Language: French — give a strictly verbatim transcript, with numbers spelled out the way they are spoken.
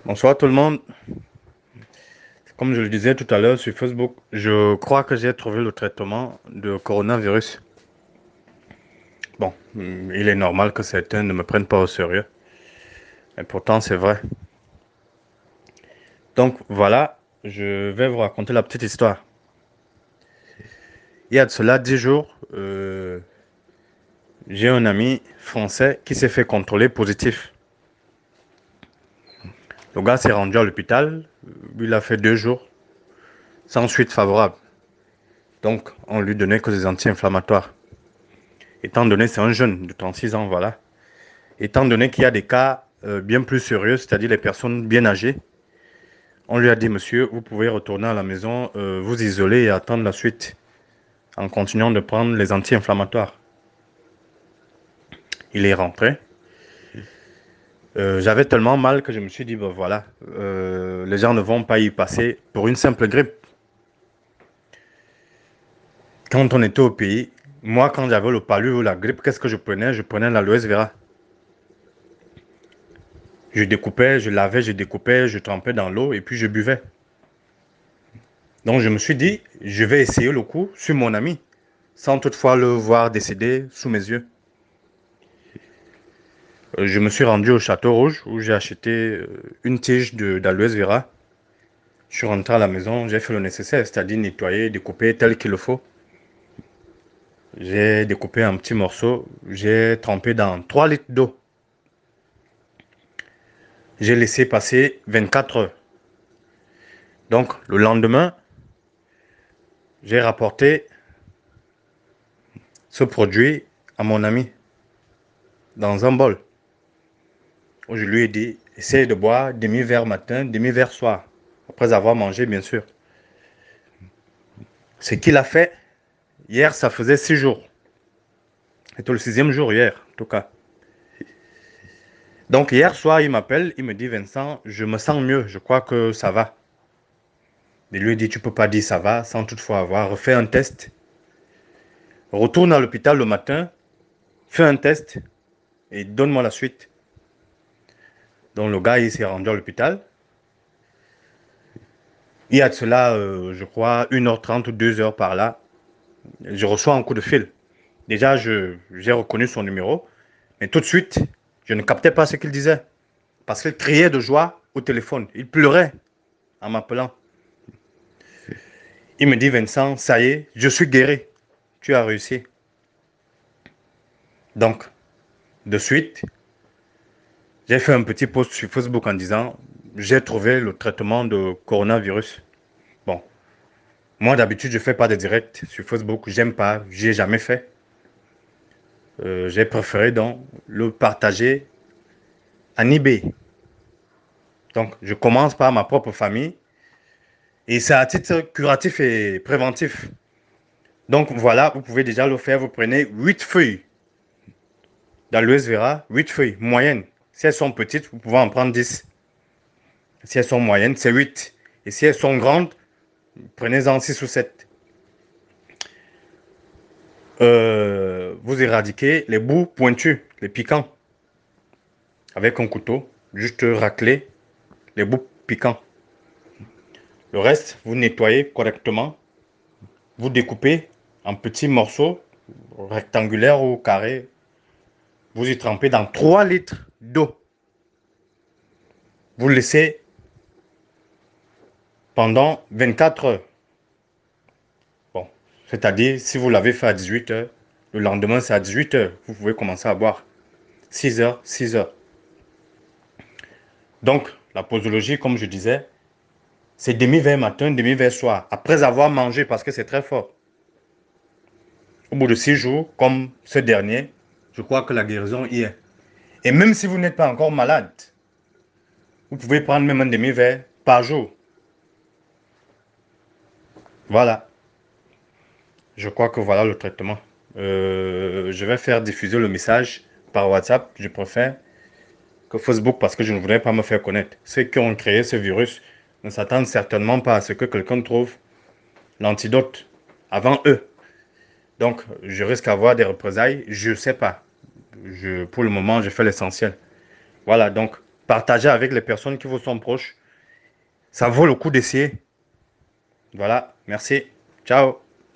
Bonsoir tout le monde. Comme je le disais tout à l'heure sur Facebook, je crois que j'ai trouvé le traitement de coronavirus. Bon, hum, il est normal que certains ne me prennent pas au sérieux. Et pourtant, c'est vrai. Donc voilà, je vais vous raconter la petite histoire. Il y a de cela dix jours, euh, j'ai un ami français qui s'est fait contrôler positif. Le gars s'est rendu à l'hôpital, il a fait deux jours sans suite favorable. Donc, on lui donnait que des anti-inflammatoires. Étant donné que c'est un jeune de trente-six ans, voilà. Étant donné qu'il y a des cas euh, bien plus sérieux, c'est-à-dire les personnes bien âgées, on lui a dit, monsieur, vous pouvez retourner à la maison, euh, vous isoler et attendre la suite en continuant de prendre les anti-inflammatoires. Il est rentré. Euh, J'avais tellement mal que je me suis dit, ben voilà, euh, les gens ne vont pas y passer pour une simple grippe. Quand on était au pays, moi, quand j'avais le palu ou la grippe, qu'est-ce que je prenais? Je prenais l'aloe vera. Je découpais, je lavais, je découpais, je trempais dans l'eau et puis je buvais. Donc je me suis dit, je vais essayer le coup sur mon ami, sans toutefois le voir décéder sous mes yeux. Euh, Je me suis rendu au Château Rouge où j'ai acheté euh, une tige d'aloe vera. Je suis rentré à la maison, j'ai fait le nécessaire, c'est-à-dire nettoyer, découper tel qu'il le faut. J'ai découpé en petits morceaux, j'ai trempé dans trois litres d'eau. J'ai laissé passer vingt-quatre heures. Donc le lendemain, j'ai rapporté ce produit à mon ami dans un bol où je lui ai dit, essaye de boire demi-verre matin, demi-verre soir, après avoir mangé bien sûr. Ce qu'il a fait, hier ça faisait six jours. C'était le sixième jour hier, en tout cas. Donc hier soir, il m'appelle, il me dit, Vincent, je me sens mieux, je crois que ça va. Je lui ai dit, tu peux pas dire ça va sans toutefois avoir refait un test. Retourne à l'hôpital le matin, fais un test et donne-moi la suite. Donc le gars, il s'est rendu à l'hôpital. Il y a de cela, euh, je crois, une heure trente ou deux heures par là. Je reçois un coup de fil. Déjà, je, j'ai reconnu son numéro, mais tout de suite, je ne captais pas ce qu'il disait. Parce qu'il criait de joie au téléphone. Il pleurait en m'appelant. Il me dit, Vincent, ça y est, je suis guéri. Tu as réussi. Donc, de suite, j'ai fait un petit post sur Facebook en disant, j'ai trouvé le traitement de coronavirus. Bon, moi d'habitude, je ne fais pas de direct sur Facebook. J'aime pas, j'y ai jamais fait. Euh, j'ai préféré donc le partager en eBay. Donc, je commence par ma propre famille et c'est à titre curatif et préventif. Donc, voilà, vous pouvez déjà le faire. Vous prenez huit feuilles d'aloe vera, huit feuilles moyennes. Si elles sont petites, vous pouvez en prendre dix. Si elles sont moyennes, c'est huit. Et si elles sont grandes, prenez-en six ou sept. Euh, vous éradiquez les bouts pointus, les piquants, avec un couteau. Juste racler les bouts piquants. Le reste, vous nettoyez correctement. Vous découpez en petits morceaux rectangulaires ou carrés. Vous y trempez dans trois litres d'eau. Vous laissez pendant vingt-quatre heures. Bon, c'est-à-dire, si vous l'avez fait à dix-huit heures, le lendemain, c'est à dix-huit heures. Vous pouvez commencer à boire. six heures, six heures. Donc, la posologie, comme je disais, c'est demi-verre matin, demi-verre soir. Après avoir mangé, parce que c'est très fort. Au bout de six jours, comme ce dernier, je crois que la guérison y est. Et même si vous n'êtes pas encore malade, vous pouvez prendre même un demi-verre par jour. Voilà. Je crois que voilà le traitement. Euh, je vais faire diffuser le message par WhatsApp. Je préfère que Facebook parce que je ne voudrais pas me faire connaître. Ceux qui ont créé ce virus ne s'attendent certainement pas à ce que quelqu'un trouve l'antidote avant eux. Donc, je risque d'avoir des représailles. Je ne sais pas. Je, pour le moment, je fais l'essentiel. Voilà, donc, Partagez avec les personnes qui vous sont proches. Ça vaut le coup d'essayer. Voilà, merci. Ciao.